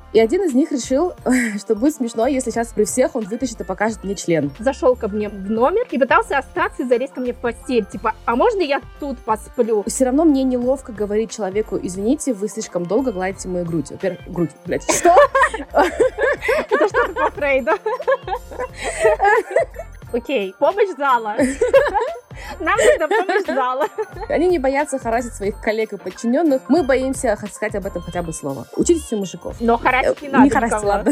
И один из них решил, что будет смешно, если сейчас при всех он вытащит и покажет мне член. Зашел ко мне в номер и пытался остаться и залезть ко мне в постель. Типа, а можно я тут посплю? Все равно мне неловко говорить человеку: извините, вы слишком долго гладите мою грудь. Во-первых, грудь, блядь, что? Это что-то по Фрейду. Окей, помощь зала. Нам нужна помощь зала. Они не боятся харасить своих коллег и подчиненных. Мы боимся сказать об этом хотя бы слово. Учитесь у мужиков. Но харасить не надо. Не харасить, ладно.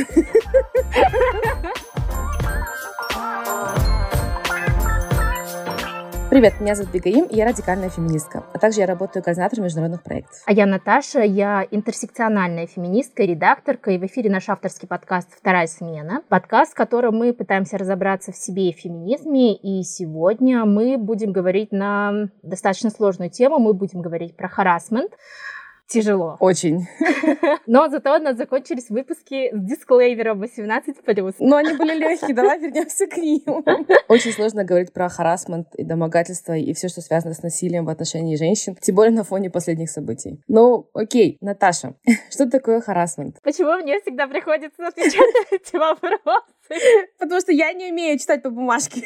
Привет, меня зовут Бигаим, и я радикальная феминистка, а также я работаю координатором международных проектов. А я Наташа, я интерсекциональная феминистка, редакторка, и в эфире наш авторский подкаст «Вторая смена». Подкаст, в котором мы пытаемся разобраться в себе и в феминизме, и сегодня мы будем говорить на достаточно сложную тему, мы будем говорить про харассмент. Тяжело. Очень. Но зато у нас закончились выпуски с дисклеймером 18+. Но они были легкие, давай вернемся к ним. Очень сложно говорить про харассмент и домогательство и все, что связано с насилием в отношении женщин, тем более на фоне последних событий. Ну, окей, Наташа, что такое харассмент? Почему мне всегда приходится отвечать на эти вопросы? Потому что я не умею читать по бумажке.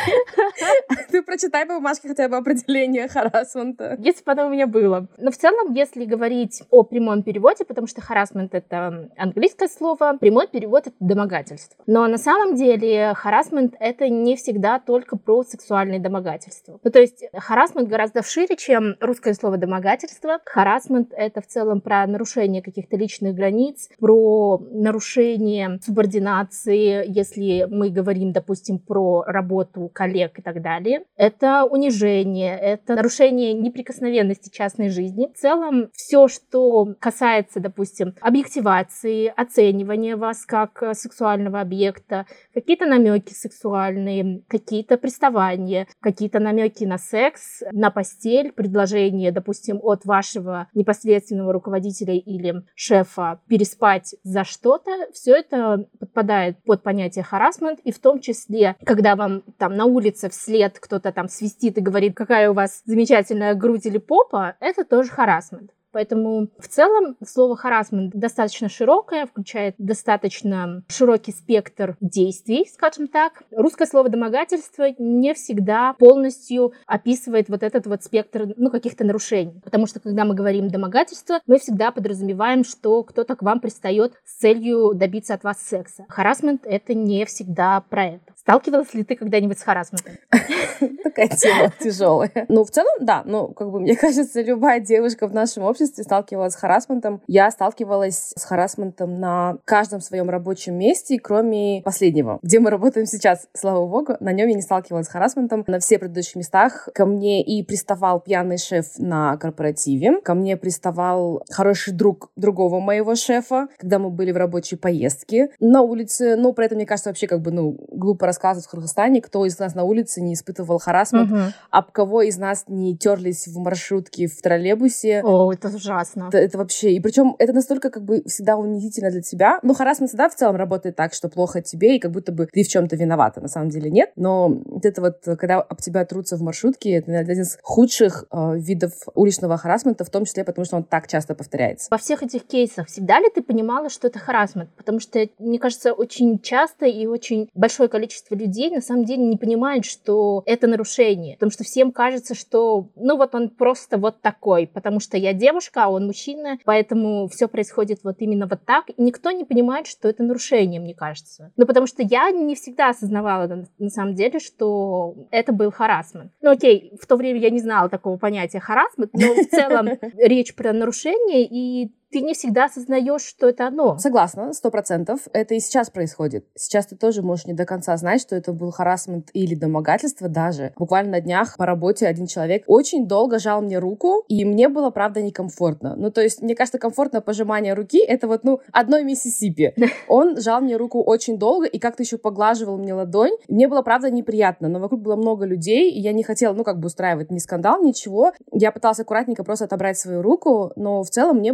Ты прочитай по бумажке хотя бы определение харассмента. Если бы оно у меня было. Но в целом, если говорить о прямом переводе, потому что харассмент — это английское слово, прямой перевод — это домогательство. Но на самом деле харассмент — это не всегда только про сексуальные домогательства. Ну, то есть харассмент гораздо шире, чем русское слово домогательство. Харассмент — это в целом про нарушение каких-то личных границ, про нарушение субординации, если мы говорим, допустим, про работу коллег и так далее. Это унижение, это нарушение неприкосновенности частной жизни. В целом, все, что касается, допустим, объективации, оценивания вас как сексуального объекта, какие-то намеки сексуальные, какие-то приставания, какие-то намеки на секс, на постель, предложение, допустим, от вашего непосредственного руководителя или шефа переспать за что-то, все это подпадает под понятие харассмент, и в том числе, когда вам там на улице вслед кто-то там свистит и говорит, какая у вас замечательная грудь или попа, это тоже харассмент. Поэтому в целом слово харассмент достаточно широкое, включает достаточно широкий спектр действий, скажем так. Русское слово домогательство не всегда полностью описывает вот этот вот спектр, каких-то нарушений. Потому что когда мы говорим домогательство, мы всегда подразумеваем, что кто-то к вам пристает с целью добиться от вас секса. Харассмент — это не всегда про это. Сталкивалась ли ты когда-нибудь с харассментом? Такая тема тяжелая. В целом, да. Мне кажется, любая девушка в нашем обществе сталкивалась с харассментом. Я сталкивалась с харассментом на каждом своем рабочем месте, кроме последнего, где мы работаем сейчас, слава богу. На нем я не сталкивалась с харассментом. На всех предыдущих местах ко мне и приставал пьяный шеф на корпоративе, ко мне приставал хороший друг другого моего шефа, когда мы были в рабочей поездке на улице. Про это, мне кажется, вообще глупо рассказывать в Кыргызстане, кто из нас на улице не испытывал харассмент, об кого из нас не терлись в маршрутке, в троллейбусе. О, это ужасно. Это вообще... И причем это настолько всегда унизительно для тебя. Харассмент всегда в целом работает так, что плохо тебе, и как будто бы ты в чем-то виновата. На самом деле нет. Но когда об тебя трутся в маршрутке, это один из худших видов уличного харассмента, в том числе потому, что он так часто повторяется. Во всех этих кейсах всегда ли ты понимала, что это харассмент? Потому что, мне кажется, очень часто и очень большое количество людей на самом деле не понимают, что это нарушение. Потому что всем кажется, что он просто вот такой, потому что я девушка, а он мужчина, поэтому все происходит вот именно вот так. И никто не понимает, что это нарушение, мне кажется. Потому что я не всегда осознавала на самом деле, что это был харассмент. Окей, в то время я не знала такого понятия харассмент, но в целом речь про нарушение, и ты не всегда осознаешь, что это оно. Согласна, 100%. Это и сейчас происходит. Сейчас ты тоже можешь не до конца знать, что это был харассмент или домогательство даже. Буквально на днях по работе один человек очень долго жал мне руку, и мне было, правда, некомфортно. То есть, мне кажется, комфортное пожимание руки — это одной Миссисипи. Он жал мне руку очень долго и как-то еще поглаживал мне ладонь. Мне было, правда, неприятно, но вокруг было много людей, и я не хотела, устраивать ни скандал, ничего. Я пыталась аккуратненько просто отобрать свою руку, но в целом мне было неприятно.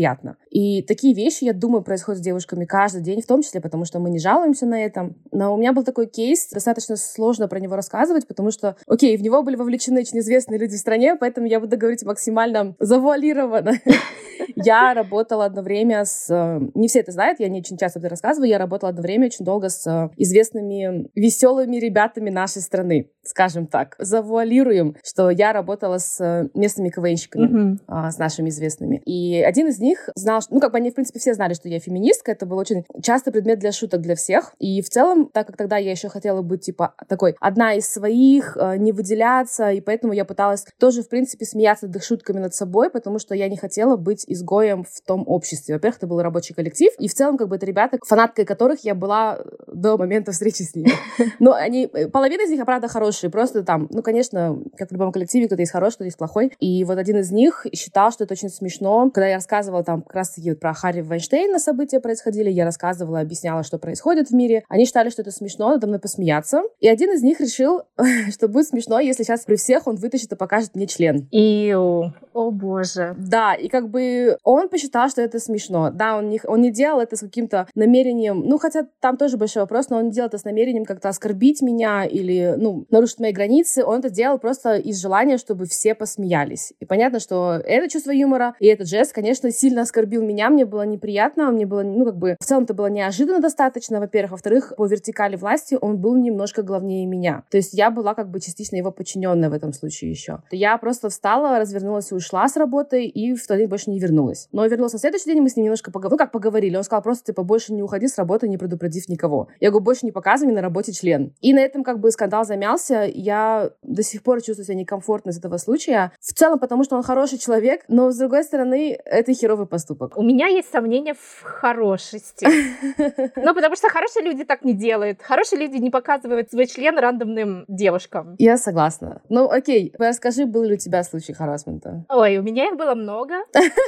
неприятно. И такие вещи, я думаю, происходят с девушками каждый день, в том числе, потому что мы не жалуемся на это. Но у меня был такой кейс, достаточно сложно про него рассказывать, потому что, окей, в него были вовлечены очень известные люди в стране, поэтому я буду говорить максимально завуалированно. Я работала одно время с... Не все это знают, я не очень часто об этом рассказываю. Я работала одно время очень долго с известными веселыми ребятами нашей страны, скажем так. Завуалируем, что я работала с местными КВНщиками, с нашими известными. И один из них знал, что... они, в принципе, все знали, что я феминистка. Это был очень частый предмет для шуток для всех. И в целом, так как тогда я еще хотела быть, такой, одна из своих, не выделяться, и поэтому я пыталась тоже, в принципе, смеяться над их шутками над собой, потому что я не хотела быть изгоем в том обществе. Во-первых, это был рабочий коллектив, и в целом, это ребята, фанаткой которых я была до момента встречи с ними. Но половина из них, правда, хорошие, просто там, конечно, как в любом коллективе, кто-то есть хороший, кто-то есть плохой. И вот один из них считал, что это очень смешно. Когда я рассказывала там как раз-таки про Харви Вайнштейна события происходили, я рассказывала, объясняла, что происходит в мире. Они считали, что это смешно, надо мной посмеяться. И один из них решил, что будет смешно, если сейчас при всех он вытащит и покажет мне член. О боже. Да, и он посчитал, что это смешно. Да, он не делал это с каким-то намерением, хотя там тоже большой вопрос, но он не делал это с намерением как-то оскорбить меня или, нарушить мои границы. Он это делал просто из желания, чтобы все посмеялись. И понятно, что это чувство юмора и этот жест, конечно, сильно оскорбил меня, мне было неприятно, мне было, в целом это было неожиданно достаточно, во-первых. Во-вторых, по вертикали власти он был немножко главнее меня. То есть я была частично его подчиненная в этом случае еще. Я просто встала, развернулась и ушла с работы, и в тот день больше не вернулась. Но вернулась на следующий день, мы с ним немножко поговорили. Он сказал просто, больше не уходи с работы, не предупредив никого. Я говорю, больше не показывай мне на работе член. И на этом скандал замялся. Я до сих пор чувствую себя некомфортно из этого случая. В целом, потому что он хороший человек, но, с другой стороны, это херовый поступок. У меня есть сомнения в хорошести. Потому что хорошие люди так не делают. Хорошие люди не показывают свой член рандомным девушкам. Я согласна. Окей, расскажи, был ли у тебя случай харассмента? Ой, у меня их было много.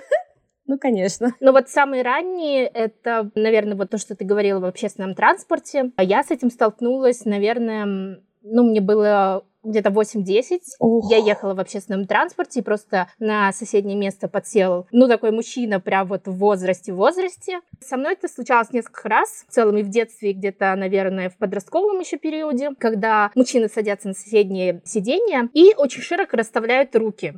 Конечно. Но самые ранние, это, наверное, то, что ты говорила в общественном транспорте. Я с этим столкнулась, наверное, мне было где-то 8-10. Я ехала в общественном транспорте, и просто на соседнее место подсел, такой мужчина прям в возрасте. Со мной это случалось несколько раз, в целом и в детстве, и где-то, наверное, в подростковом еще периоде, когда мужчины садятся на соседнее сиденье и очень широко расставляют руки.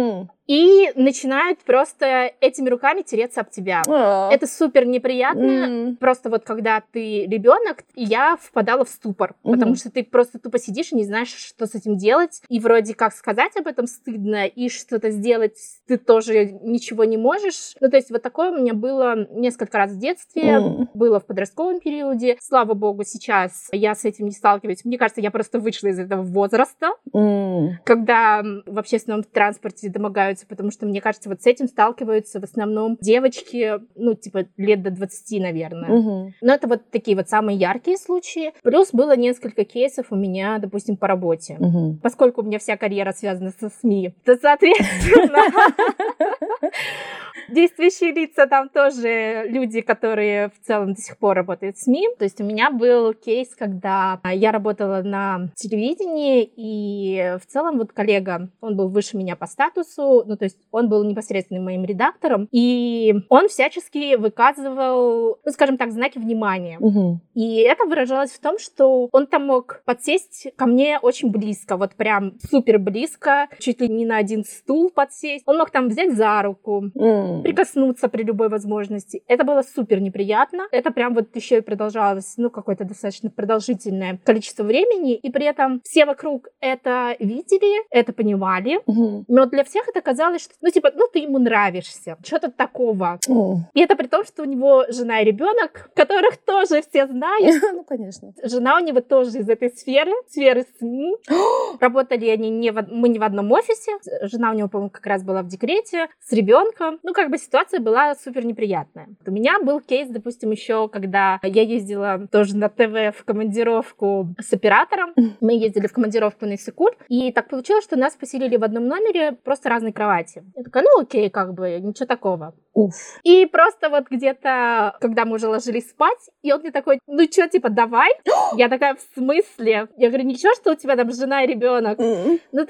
И начинают просто этими руками тереться об тебя. Это супер неприятно. Просто когда ты ребенок, я впадала в ступор, потому что ты просто тупо сидишь и не знаешь, что с этим делать. И вроде как сказать об этом стыдно, и что-то сделать ты тоже ничего не можешь. То есть такое у меня было несколько раз в детстве, было в подростковом периоде. Слава богу, сейчас я с этим не сталкиваюсь. Мне кажется, я просто вышла из этого возраста, когда в общественном транспорте домогаются, потому что, мне кажется, с этим сталкиваются в основном девочки, лет до 20, наверное. Но это такие самые яркие случаи. Плюс было несколько кейсов у меня, допустим, по работе. Поскольку у меня вся карьера связана со СМИ, то, соответственно, действующие лица там тоже люди, которые в целом до сих пор работают в СМИ. То есть у меня был кейс, когда я работала на телевидении, и в целом коллега, он был выше меня по статусу, то есть он был непосредственно моим редактором, и он всячески выказывал, скажем так, знаки внимания. И это выражалось в том, что он там мог подсесть ко мне очень близко, прям супер близко, чуть ли не на один стул подсесть. Он мог там взять за руку, прикоснуться при любой возможности. Это было супер неприятно. Это прям еще и продолжалось, какое-то достаточно продолжительное количество времени, и при этом все вокруг это видели, это понимали, но для всех это казалось, что, ты ему нравишься, что-то такого. И это при том, что у него жена и ребенок, которых тоже все знают. Конечно. Жена у него тоже из этой сферы СМИ. Работали они мы не в одном офисе. Жена у него, по-моему, как раз была в декрете с ребенком. Ситуация была супер неприятная. У меня был кейс, допустим, еще, когда я ездила тоже на ТВ в командировку с оператором. Мы ездили в командировку на Иссык-Куль, и так получилось, что нас поселили в одном номере, просто разные кровати. Я такая, окей, ничего такого. И просто где-то, когда мы уже ложились спать, и он мне такой, давай? Я такая, в смысле? Я говорю, ничего, что у тебя там жена и ребенок? То есть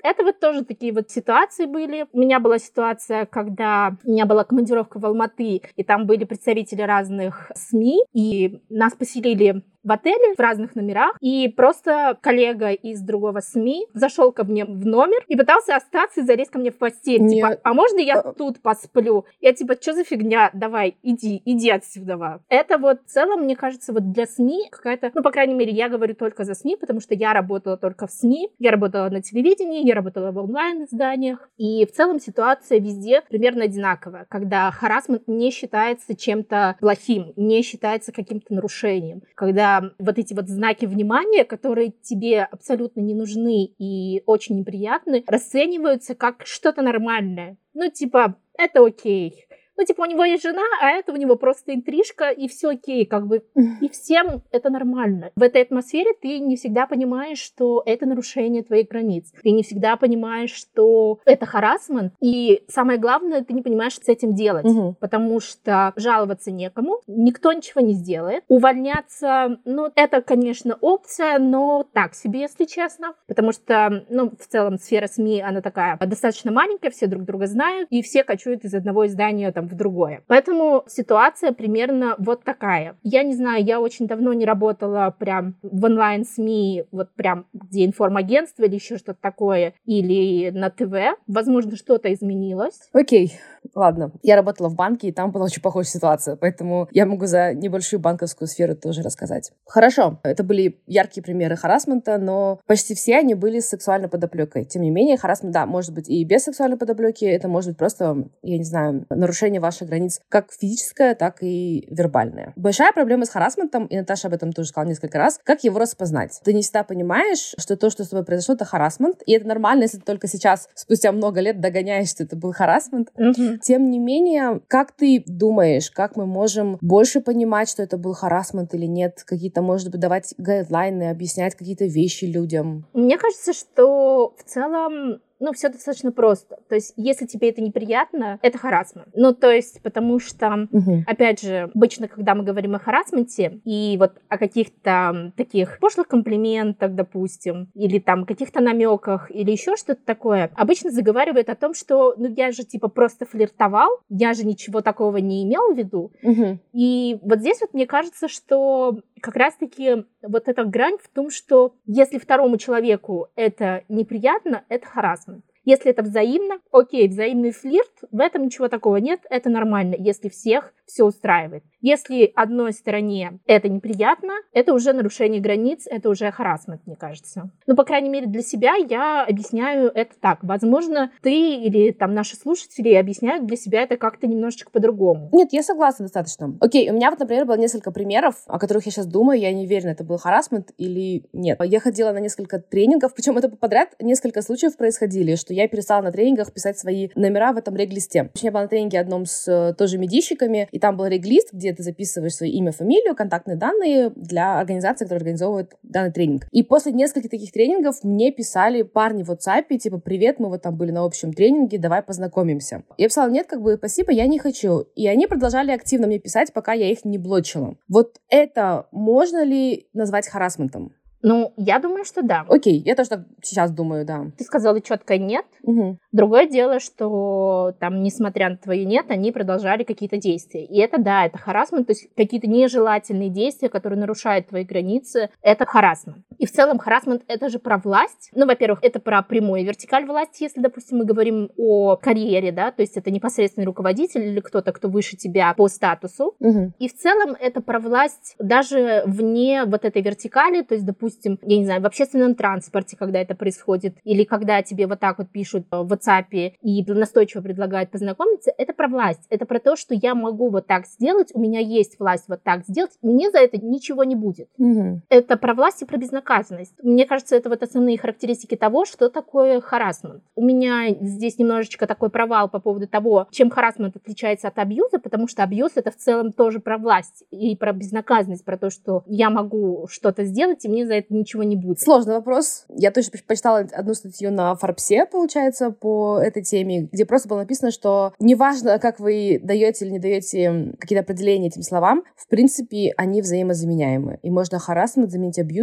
Это вот тоже такие вот ситуации были. У меня была ситуация, когда у меня была командировка в Алматы, и там были представители разных СМИ, и нас поселили в отеле в разных номерах, и просто коллега из другого СМИ зашел ко мне в номер и пытался остаться и залезть ко мне в постель. Типа, а можно я тут посплю? Я типа, что за фигня? Давай, иди отсюда. Это вот в целом, мне кажется, вот для СМИ какая-то, ну, по крайней мере, я говорю только за СМИ, потому что я работала только в СМИ, я работала на телевидении, я работала в онлайн-изданиях, и в целом ситуация везде примерно одинаковая, когда харассмент не считается чем-то плохим, не считается каким-то нарушением, когда вот эти вот знаки внимания, которые тебе абсолютно не нужны и очень неприятны, расцениваются как что-то нормальное. Ну, типа, это окей. Ну, типа, у него есть жена, а это у него просто интрижка, и все окей, как бы. И всем это нормально. В этой атмосфере ты не всегда понимаешь, что это нарушение твоих границ. Ты не всегда понимаешь, что это харассмент. И самое главное, ты не понимаешь, что с этим делать. Потому что жаловаться некому, никто ничего не сделает. Увольняться, ну, это, конечно, опция, но так себе, если честно. Потому что, ну, в целом, сфера СМИ, она такая достаточно маленькая, все друг друга знают, и все кочуют из одного издания там в другое. Поэтому ситуация примерно вот такая. Я не знаю, я очень давно не работала прям в онлайн-СМИ, вот прям где информагентство или еще что-то такое, или на ТВ. Возможно, что-то изменилось. Окей, ладно. Я работала в банке, и там была очень похожая ситуация, поэтому я могу за небольшую банковскую сферу тоже рассказать. Хорошо, это были яркие примеры харассмента, но почти все они были с сексуальной подоплекой. Тем не менее, харассмент, да, может быть и без сексуальной подоплеки, это может быть просто, я не знаю, нарушение ваших границ как физическое, так и вербальное. Большая проблема с харассментом, и Наташа об этом тоже сказала несколько раз, как его распознать. Ты не всегда понимаешь, что то, что с тобой произошло, это харассмент, и это нормально, если ты только сейчас, спустя много лет, догоняешь, что это был харассмент. Тем не менее, как ты думаешь, как мы можем больше понимать, что это был харассмент или нет? Какие-то, может быть, давать гайдлайны, объяснять какие-то вещи людям? Мне кажется, что в целом ну, все достаточно просто. То есть, если тебе это неприятно, это харассмент. Ну, то есть, потому что, опять же, обычно, когда мы говорим о харассменте и вот о каких-то таких пошлых комплиментах, допустим, или там каких-то намеках, или еще что-то такое, обычно заговаривают о том, что, ну, я же, типа, просто флиртовал, я же ничего такого не имел в виду. И вот здесь вот мне кажется, что как раз-таки вот эта грань в том, что если второму человеку это неприятно, это харассмент. Если это взаимно, окей, взаимный флирт, в этом ничего такого нет, это нормально, если всех все устраивает. Если одной стороне это неприятно, это уже нарушение границ, это уже харассмент, мне кажется. Ну, по крайней мере, для себя я объясняю это так. Возможно, ты или там наши слушатели объясняют для себя это как-то немножечко по-другому. Нет, я согласна достаточно. Окей, у меня вот, например, было несколько примеров, о которых я сейчас думаю, я не уверена, это был харассмент или нет. Я ходила на несколько тренингов, причем это подряд несколько случаев происходили, что я перестала на тренингах писать свои номера в этом реглисте. Я была на тренинге одном с тоже медийщиками, и там был реглист, где ты записываешь свое имя, фамилию, контактные данные для организации, которая организовывает данный тренинг. И после нескольких таких тренингов мне писали парни в WhatsApp, типа, привет, мы вот там были на общем тренинге, давай познакомимся. Я писала, нет, как бы, спасибо, я не хочу. И они продолжали активно мне писать, пока я их не блочила. Вот это можно ли назвать харассментом? Ну, я думаю, что да. Окей, я тоже так сейчас думаю, да. Ты сказала четко нет. Другое дело, что там, несмотря на твое нет, они продолжали какие-то действия. И это, да, это харассмент, то есть какие-то нежелательные действия, которые нарушают твои границы, это харассмент. И в целом харассмент — это же про власть. Ну, во-первых, это про прямую вертикаль власти, если, допустим, мы говорим о карьере, да, то есть это непосредственный руководитель или кто-то, кто выше тебя по статусу. И в целом это про власть даже вне вот этой вертикали, то есть, допустим, я не знаю, в общественном транспорте, когда это происходит, или когда тебе вот так вот пишут в WhatsApp и настойчиво предлагают познакомиться, это про власть. Это про то, что я могу вот так сделать, у меня есть власть вот так сделать, мне за это ничего не будет. Это про власть и про безнаказанность. Мне кажется, это вот основные характеристики того, что такое харассмент. У меня здесь немножечко такой провал по поводу того, чем харассмент отличается от абьюза, потому что абьюз — это в целом тоже про власть и про безнаказанность, про то, что я могу что-то сделать, и мне за это ничего не будет. Сложный вопрос. Я тоже почитала одну статью на Форбсе, получается, по этой теме, где просто было написано, что неважно, как вы даете или не даете какие-то определения этим словам, в принципе, они взаимозаменяемы. И можно харассмент заменить абьюзом. Единственное,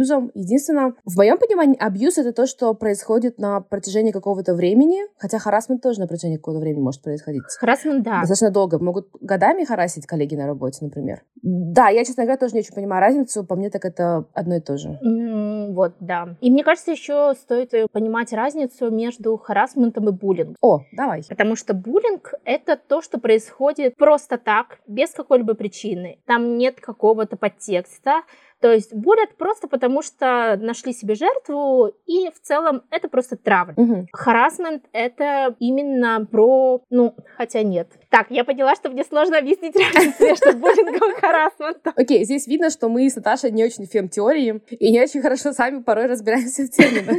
Единственное, в моем понимании, абьюз — это то, что происходит на протяжении какого-то времени, хотя харассмент тоже на протяжении какого-то времени может происходить. Харассмент, да. Достаточно долго. Могут годами харассить коллеги на работе, например. Да, я, честно говоря, тоже не очень понимаю разницу. По мне, так это одно и то же. Вот, да. И мне кажется, еще стоит понимать разницу между харассментом и буллингом. О, давай. Потому что буллинг — это то, что происходит просто так, без какой-либо причины. Там нет какого-то подтекста. То есть буллят просто потому, что нашли себе жертву, и в целом это просто травля. Харассмент — это именно про... хотя нет. Так, я поняла, что мне сложно объяснить разницу между буллингом и харассментом. Окей, здесь видно, что мы с Наташей не очень фем-теории и не очень хорошо сами порой разбираемся в терминах.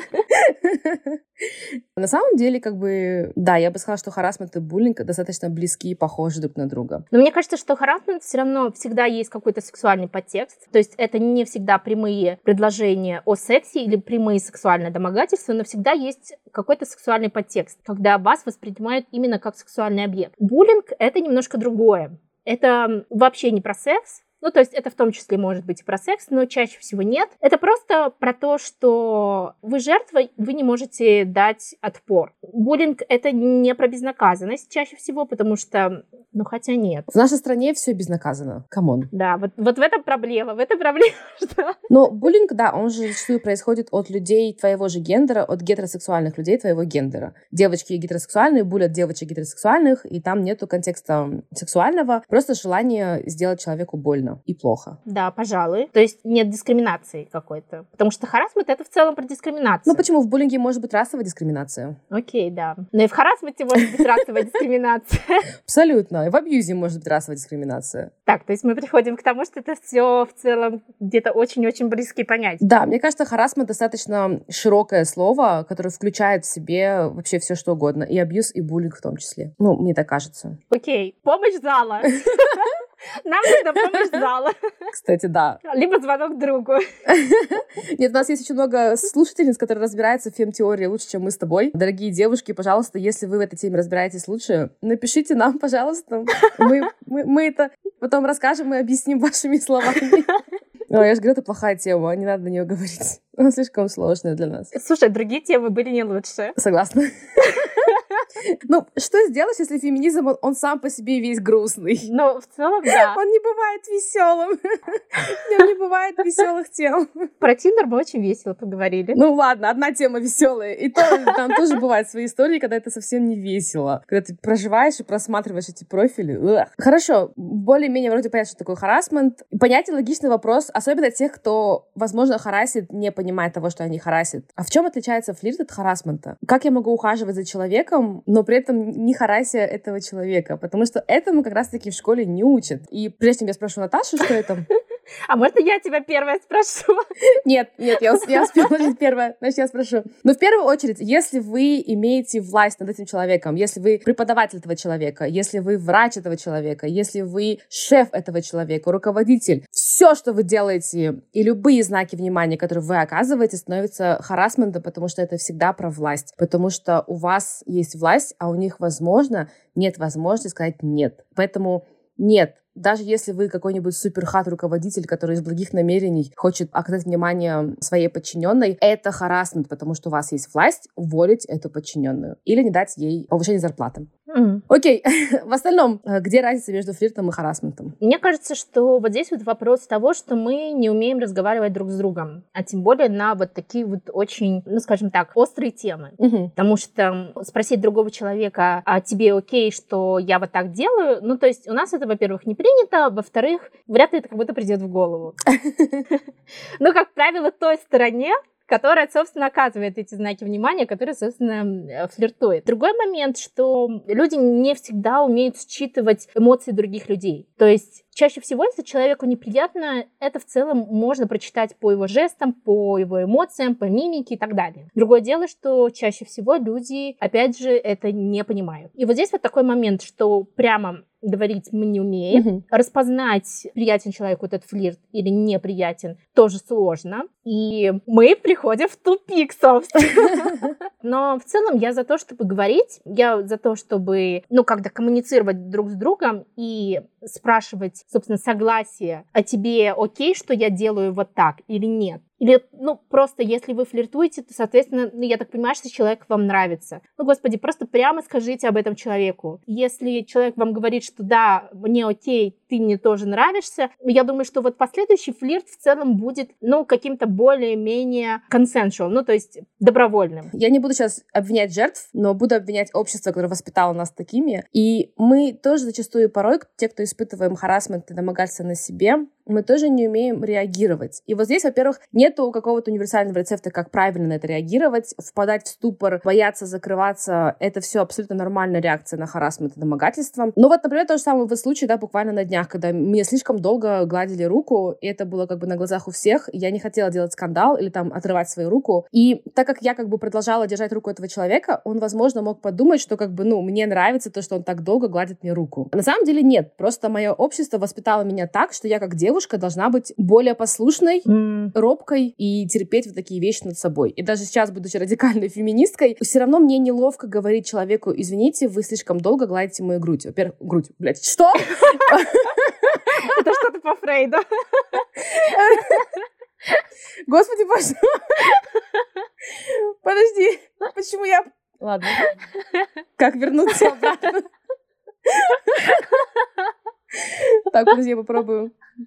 На самом деле, да, я бы сказала, что харассмент и буллинг достаточно близки и похожи друг на друга. Но мне кажется, что харассмент все равно всегда есть какой-то сексуальный подтекст. То есть это не всегда прямые предложения о сексе или прямые сексуальные домогательства, но всегда есть какой-то сексуальный подтекст, когда вас воспринимают именно как сексуальный объект. Буллинг — это немножко другое. Это вообще не про секс. То есть это в том числе может быть и про секс, но чаще всего нет. Это просто про то, что вы жертва, вы не можете дать отпор. Буллинг — это не про безнаказанность чаще всего, потому что, хотя нет. В нашей стране все безнаказанно. Камон. Да, вот в этом проблема, что... Но буллинг, да, он же зачастую происходит от людей твоего же гендера, от гетеросексуальных людей твоего гендера. Девочки гетеросексуальные буллят девочек гетеросексуальных, и там нету контекста сексуального, просто желание сделать человеку больно и плохо. Да, пожалуй. То есть нет дискриминации какой-то. Потому что харассмент — это в целом про дискриминацию. Почему? В буллинге может быть расовая дискриминация. Окей, да. Но и в харассменте может быть расовая дискриминация. Абсолютно. И в абьюзе может быть расовая дискриминация. Так, то есть мы приходим к тому, что это все в целом где-то очень-очень близкие понятия. Да, мне кажется, харассмент достаточно широкое слово, которое включает в себе вообще все, что угодно. И абьюз, и буллинг в том числе. Мне так кажется. Окей, помощь зала. Нам нужна помощь зала. Кстати, да. Либо звонок другу. Нет, у нас есть очень много слушательниц, которые разбираются в фем-теории лучше, чем мы с тобой. Дорогие девушки, пожалуйста, если вы в этой теме разбираетесь лучше, напишите нам, пожалуйста. Мы это потом расскажем и объясним вашими словами. Я же говорю, это плохая тема, не надо на нее говорить. Она слишком сложная для нас. Слушай, другие темы были не лучше. Согласна. Что сделать, если феминизм, он сам по себе весь грустный? В целом, да. Он не бывает веселым. В нем не бывает веселых тем. Про Тиндер мы очень весело поговорили. Ладно, одна тема веселая. И то там тоже бывают свои истории, когда это совсем не весело. Когда ты проживаешь и просматриваешь эти профили. Хорошо, более-менее вроде понятно, что такое харассмент. Понятен логичный вопрос, особенно тех, кто, возможно, харассит, не понимая того, что они харассят. А в чем отличается флирт от харассмента? Как я могу ухаживать за человеком, но при этом не харася этого человека? Потому что этому как раз-таки в школе не учат. И прежде чем я спрошу Наташу, что это... А можно я тебя первая спрошу? Нет, я успела быть первая, значит, я спрошу. Но в первую очередь, если вы имеете власть над этим человеком, если вы преподаватель этого человека, если вы врач этого человека, если вы шеф этого человека, руководитель, все, что вы делаете, и любые знаки внимания, которые вы оказываете, становятся харассментом, потому что это всегда про власть. Потому что у вас есть власть, а у них, возможно, нет возможности сказать «нет». Поэтому нет. Даже если вы какой-нибудь суперхат руководитель, который из благих намерений хочет оказать внимание своей подчиненной, это харассмент, потому что у вас есть власть уволить эту подчиненную или не дать ей повышение зарплаты. Окей. В остальном, где разница между флиртом и харассментом? Мне кажется, что вот здесь вот вопрос того, что мы не умеем разговаривать друг с другом, а тем более на вот такие вот очень, скажем так, острые темы. Потому что спросить другого человека, а тебе окей, что я вот так делаю? То есть у нас это, во-первых, не принято, во-вторых, вряд ли это кому-то придет в голову. Как правило, той стороне, которая, собственно, оказывает эти знаки внимания, которая, собственно, флиртует. Другой момент, что люди не всегда умеют считывать эмоции других людей. То есть чаще всего, если человеку неприятно, это в целом можно прочитать по его жестам, по его эмоциям, по мимике и так далее. Другое дело, что чаще всего люди, опять же, это не понимают. И вот здесь вот такой момент, что прямо говорить мы не умеем. Распознать, приятен человеку этот флирт или неприятен, тоже сложно. И мы приходим в тупик, собственно. Но в целом я за то, чтобы говорить, я за то, чтобы, как-то коммуницировать друг с другом и спрашивать, собственно, согласие, а тебе окей, что я делаю вот так или нет? Или, просто если вы флиртуете, то, соответственно, я так понимаю, что человек вам нравится. Господи, просто прямо скажите об этом человеку. Если человек вам говорит, что да, мне окей, ты мне тоже нравишься, я думаю, что вот последующий флирт в целом будет, каким-то более-менее consensual, то есть добровольным. Я не буду сейчас обвинять жертв, но буду обвинять общество, которое воспитало нас такими. И мы тоже зачастую порой, те, кто испытываем харассмент и домогательство на себе, мы тоже не умеем реагировать. И вот здесь, во-первых, нету какого-то универсального рецепта, как правильно на это реагировать, впадать в ступор, бояться, закрываться. Это все абсолютно нормальная реакция на харассмент и домогательство. Но вот, например, то же самое в случае, буквально на днях, когда мне слишком долго гладили руку, и это было на глазах у всех, я не хотела делать скандал или отрывать свою руку. И так как я продолжала держать руку этого человека, он, возможно, мог подумать, что мне нравится то, что он так долго гладит мне руку. На самом деле нет. Просто мое общество воспитало меня так, что я как девушка должна быть более послушной, робкой и терпеть вот такие вещи над собой. И даже сейчас, будучи радикальной феминисткой, все равно мне неловко говорить человеку: извините, вы слишком долго гладите мою грудь. Во-первых, грудь, что? Это что-то по Фрейду. Господи, боже. Подожди, почему я... Ладно. Как вернуться обратно? Так, подожди, я попробую.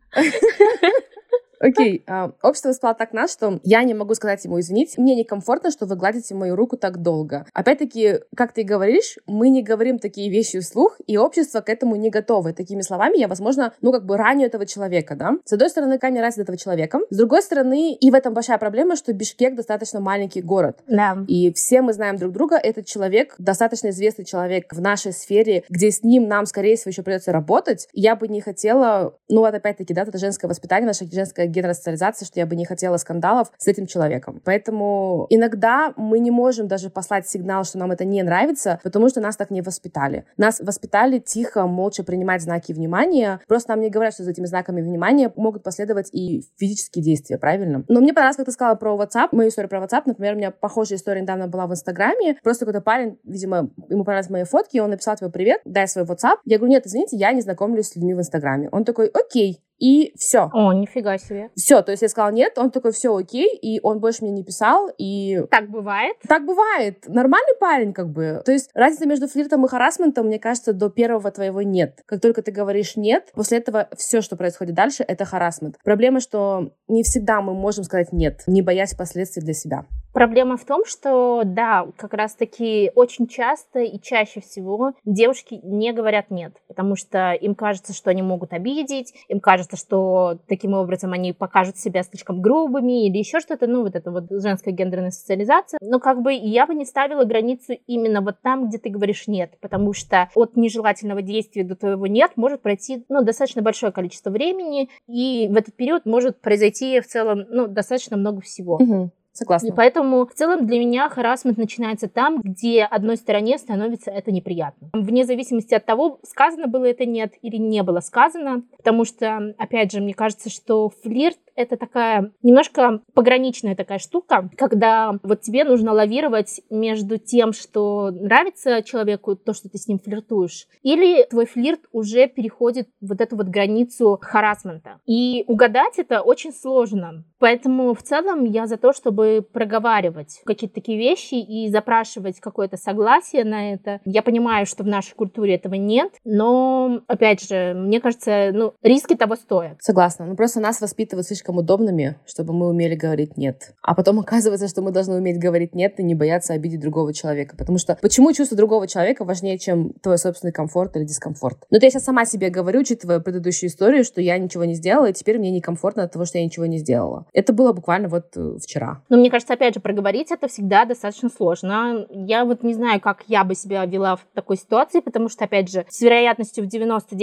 Окей, общество воспитало так нас, что я не могу сказать ему: извините, мне некомфортно, что вы гладите мою руку так долго. Опять-таки, как ты говоришь, мы не говорим такие вещи вслух, и общество к этому не готово. И такими словами я, возможно, раню этого человека, да? С одной стороны, не ранить этого человека. С другой стороны, и в этом большая проблема, что Бишкек достаточно маленький город. Да. И все мы знаем друг друга. Этот человек, достаточно известный человек в нашей сфере, где с ним нам, скорее всего, еще придется работать. Я бы не хотела, опять-таки, да, это женское воспитание, наша женская гетеросоциализация, что я бы не хотела скандалов с этим человеком. Поэтому иногда мы не можем даже послать сигнал, что нам это не нравится, потому что нас так не воспитали. Нас воспитали тихо, молча принимать знаки внимания. Просто нам не говорят, что за этими знаками внимания могут последовать и физические действия, правильно? Но мне понравилось, как ты сказала про WhatsApp, мою историю про WhatsApp. Например, у меня похожая история недавно была в Инстаграме. Просто какой-то парень, видимо, ему понравились мои фотки, и он написал: тебе привет, дай свой WhatsApp. Я говорю: нет, извините, я не знакомлюсь с людьми в Инстаграме. Он такой: окей. И все. О, нифига себе. Все, то есть я сказала нет, он такой: все окей, и он больше мне не писал, и... Так бывает? Так бывает. Нормальный парень, То есть разница между флиртом и харассментом, мне кажется, до первого твоего нет. Как только ты говоришь нет, после этого все, что происходит дальше, это харассмент. Проблема, что не всегда мы можем сказать нет, не боясь последствий для себя. Проблема в том, что, да, как раз-таки очень часто и чаще всего девушки не говорят «нет», потому что им кажется, что они могут обидеть, им кажется, что таким образом они покажут себя слишком грубыми или еще что-то, это женская гендерная социализация. Но я бы не ставила границу именно там, где ты говоришь «нет», потому что от нежелательного действия до твоего «нет» может пройти, достаточно большое количество времени, и в этот период может произойти в целом, достаточно много всего. Угу. Согласна. И поэтому в целом для меня харассмент начинается там, где одной стороне становится это неприятно. Вне зависимости от того, сказано было это «нет» или не было сказано. Потому что, опять же, мне кажется, что флирт — это такая немножко пограничная такая штука, когда тебе нужно лавировать между тем, что нравится человеку, то, что ты с ним флиртуешь, или твой флирт уже переходит эту границу харассмента. И угадать это очень сложно. Поэтому в целом я за то, чтобы проговаривать какие-то такие вещи и запрашивать какое-то согласие на это. Я понимаю, что в нашей культуре этого нет, но, опять же, мне кажется, риски того стоят. Согласна. Просто нас воспитывают слишком удобными, чтобы мы умели говорить «нет». А потом оказывается, что мы должны уметь говорить «нет» и не бояться обидеть другого человека. Потому что почему чувство другого человека важнее, чем твой собственный комфорт или дискомфорт? Но я сейчас сама себе говорю, учитывая предыдущую историю, что я ничего не сделала, и теперь мне некомфортно от того, что я ничего не сделала. Это было буквально вчера. Но мне кажется, опять же, проговорить это всегда достаточно сложно. Я не знаю, как я бы себя вела в такой ситуации, потому что, опять же, с вероятностью в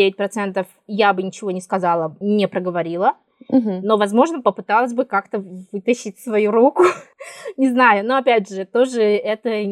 99% я бы ничего не сказала, не проговорила. Но, возможно, попыталась бы как-то вытащить свою руку. Не знаю, но, опять же, тоже это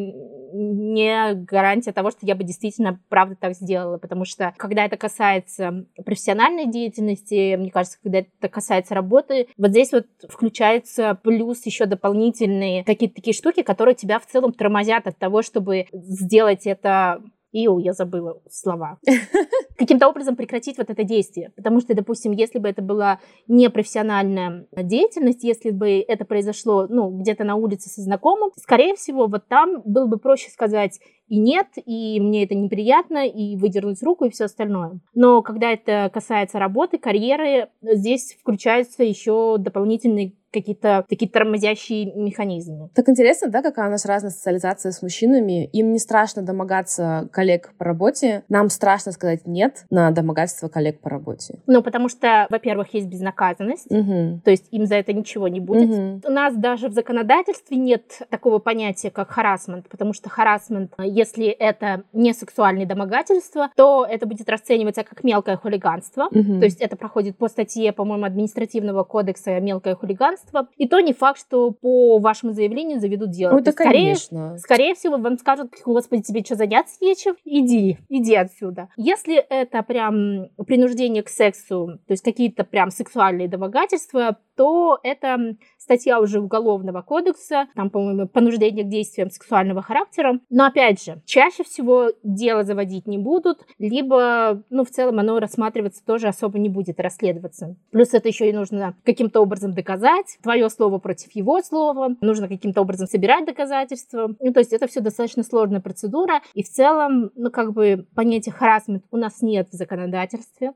не гарантия того, что я бы действительно, правда, так сделала, потому что, когда это касается профессиональной деятельности, мне кажется, когда это касается работы, здесь включаются плюс еще дополнительные какие-то такие штуки, которые тебя в целом тормозят от того, чтобы сделать это я забыла слова. Каким-то образом прекратить вот это действие. Потому что, допустим, если бы это была непрофессиональная деятельность, если бы это произошло, где-то на улице со знакомым, скорее всего, вот там было бы проще сказать и нет, и мне это неприятно, и выдернуть руку, и все остальное. Но когда это касается работы, карьеры, здесь включаются еще дополнительные какие-то такие тормозящие механизмы. Так интересно, да, какая у нас разная социализация с мужчинами. Им не страшно домогаться коллег по работе. Нам страшно сказать «нет» на домогательство коллег по работе. Потому что, во-первых, есть безнаказанность, то есть им за это ничего не будет. У нас даже в законодательстве нет такого понятия, как харассмент, потому что харассмент, если это не сексуальное домогательство, то это будет расцениваться как мелкое хулиганство. То есть это проходит по статье, по-моему, административного кодекса «Мелкое хулиганство». И то не факт, что по вашему заявлению заведут дело. Это, конечно. Скорее всего, вам скажут: «Господи, тебе что, заняться нечем? Иди отсюда». Если это прям принуждение к сексу, то есть какие-то прям сексуальные домогательства, то это статья уже Уголовного кодекса, там, по-моему, понуждение к действиям сексуального характера. Но, опять же, чаще всего дело заводить не будут, либо, в целом оно рассматриваться тоже особо не будет, расследоваться. Плюс это еще и нужно каким-то образом доказать, твое слово против его слова, нужно каким-то образом собирать доказательства. То есть это все достаточно сложная процедура, и в целом, понятия харассмент у нас нет в законодательстве,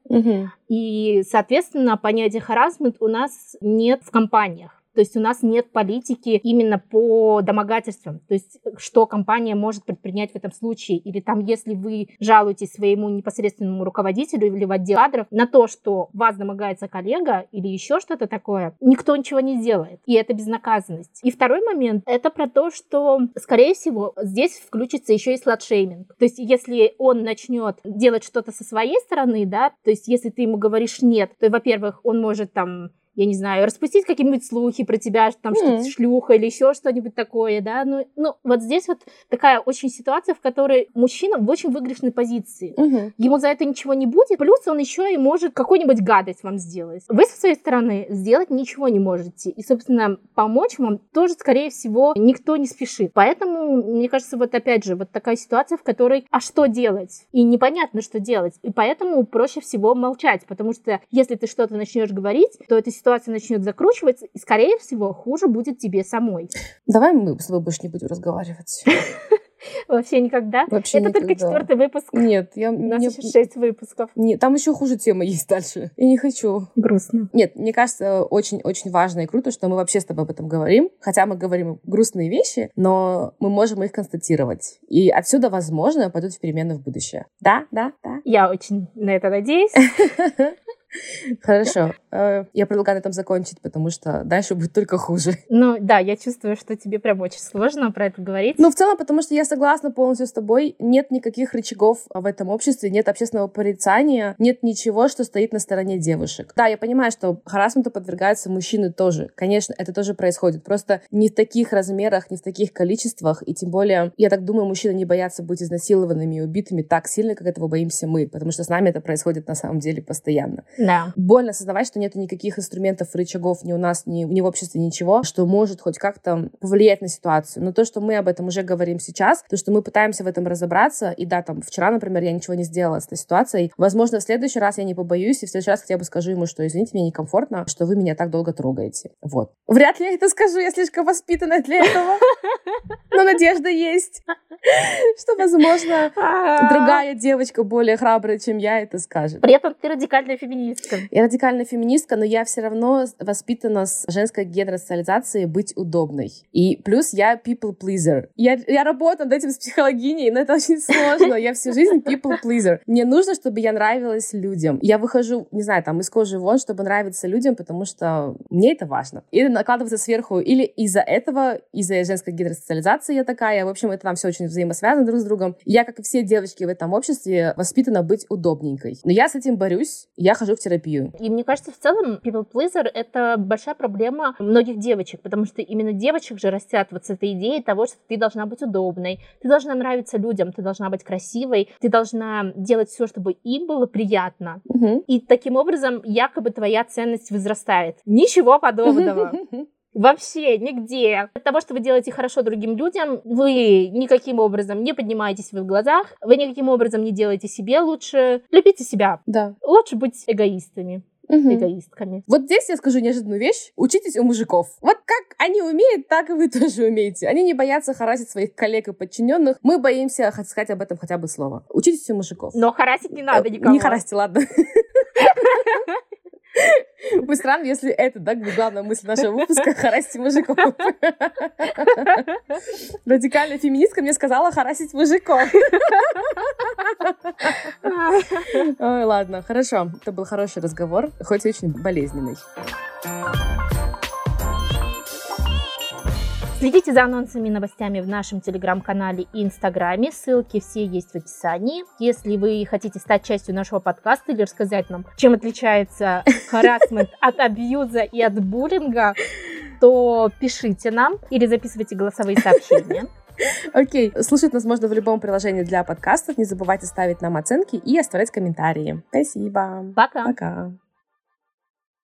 и, соответственно, понятия харассмент у нас нет в компаниях. То есть у нас нет политики именно по домогательствам. То есть что компания может предпринять в этом случае. Или там, если вы жалуетесь своему непосредственному руководителю или в отдел кадров на то, что вас домогается коллега или еще что-то такое, никто ничего не сделает. И это безнаказанность. И второй момент — это про то, что, скорее всего, здесь включится еще и сладшейминг. То есть если он начнет делать что-то со своей стороны, да, то есть если ты ему говоришь «нет», то, во-первых, он может там, я не знаю, распустить какие-нибудь слухи про тебя, там, что ты шлюха или еще что-нибудь такое, да. Вот здесь вот такая очень ситуация, в которой мужчина в очень выигрышной позиции. Ему за это ничего не будет, плюс он еще и может какую-нибудь гадость вам сделать. Вы со своей стороны сделать ничего не можете. И, собственно, помочь вам тоже, скорее всего, никто не спешит. Поэтому, мне кажется, вот опять же, вот такая ситуация, в которой, а что делать? И непонятно, что делать. И поэтому проще всего молчать, потому что если ты что-то начнешь говорить, то эта ситуация начнет закручиваться, и, скорее всего, хуже будет тебе самой. Давай мы с тобой больше не будем разговаривать. Вообще никогда? Вообще это никогда. Только 4-й выпуск. Нет, у нас еще 6 выпусков. Нет, там еще хуже тема есть дальше. Я не хочу. Грустно. Нет, мне кажется, очень-очень важно и круто, что мы вообще с тобой об этом говорим. Хотя мы говорим грустные вещи, но мы можем их констатировать. И отсюда, возможно, пойдут в перемены в будущее. Да. Я очень на это надеюсь. Хорошо. Я предлагаю на этом закончить, потому что дальше будет только хуже. Да, я чувствую, что тебе прям очень сложно про это говорить. В целом, потому что я согласна полностью с тобой. Нет никаких рычагов в этом обществе, нет общественного порицания, нет ничего, что стоит на стороне девушек. Да, я понимаю, что харассменту подвергаются мужчины тоже. Конечно, это тоже происходит. Просто не в таких размерах, не в таких количествах. И тем более, я так думаю, мужчины не боятся быть изнасилованными и убитыми так сильно, как этого боимся мы. Потому что с нами это происходит на самом деле постоянно. Да. Больно осознавать, что нет никаких инструментов, рычагов ни у нас, ни в обществе, ничего, что может хоть как-то повлиять на ситуацию. Но то, что мы об этом уже говорим сейчас, то, что мы пытаемся в этом разобраться, и да, там, вчера, например, я ничего не сделала с этой ситуацией, возможно, в следующий раз я не побоюсь, и в следующий раз хотя бы скажу ему, что, извините, мне некомфортно, что вы меня так долго трогаете. Вот. Вряд ли я это скажу, я слишком воспитанная для этого. Но надежда есть, что, возможно, другая девочка, более храбрая, чем я, это скажет. При этом ты радикальная феминистка. Я радикальная феминистка, но я все равно воспитана с женской гетеросоциализацией быть удобной. И плюс я people pleaser. Я работаю над этим с психологиней, но это очень сложно. Я всю жизнь people pleaser. Мне нужно, чтобы я нравилась людям. Я выхожу, не знаю, там, из кожи вон, чтобы нравиться людям, потому что мне это важно. Или накладываться сверху, или из-за этого, из-за женской гетеросоциализации я такая. В общем, это там все очень взаимосвязано друг с другом. Я, как и все девочки в этом обществе, воспитана быть удобненькой. Но я с этим борюсь. Я хожу в терапию. И мне кажется, в целом people pleaser — это большая проблема многих девочек, потому что именно девочек же растят вот с этой идеей того, что ты должна быть удобной, ты должна нравиться людям, ты должна быть красивой, ты должна делать все, чтобы им было приятно. И таким образом якобы твоя ценность возрастает. Ничего подобного. Вообще нигде. От того, что вы делаете хорошо другим людям, вы никаким образом не поднимаетесь в их глазах, вы никаким образом не делаете себе лучше. Любите себя. Да. Лучше быть эгоистами. Эгоистками. Вот здесь я скажу неожиданную вещь. Учитесь у мужиков. Вот как они умеют, так и вы тоже умеете. Они не боятся харасить своих коллег и подчиненных. Мы боимся сказать об этом хотя бы слово. Учитесь у мужиков. Но харасить не надо никого. Не харасьте, ладно. Будет странно, если это, да, главная мысль нашего выпуска — харасить мужиков. Радикальная феминистка мне сказала харасить мужиков. Ой, ладно, хорошо. Это был хороший разговор, хоть и очень болезненный. Следите за анонсами и новостями в нашем телеграм-канале и инстаграме. Ссылки все есть в описании. Если вы хотите стать частью нашего подкаста или рассказать нам, чем отличается харассмент от абьюза и от буллинга, то пишите нам или записывайте голосовые сообщения. Окей. Слушать нас можно в любом приложении для подкастов. Не забывайте ставить нам оценки и оставлять комментарии. Спасибо. Пока. Пока.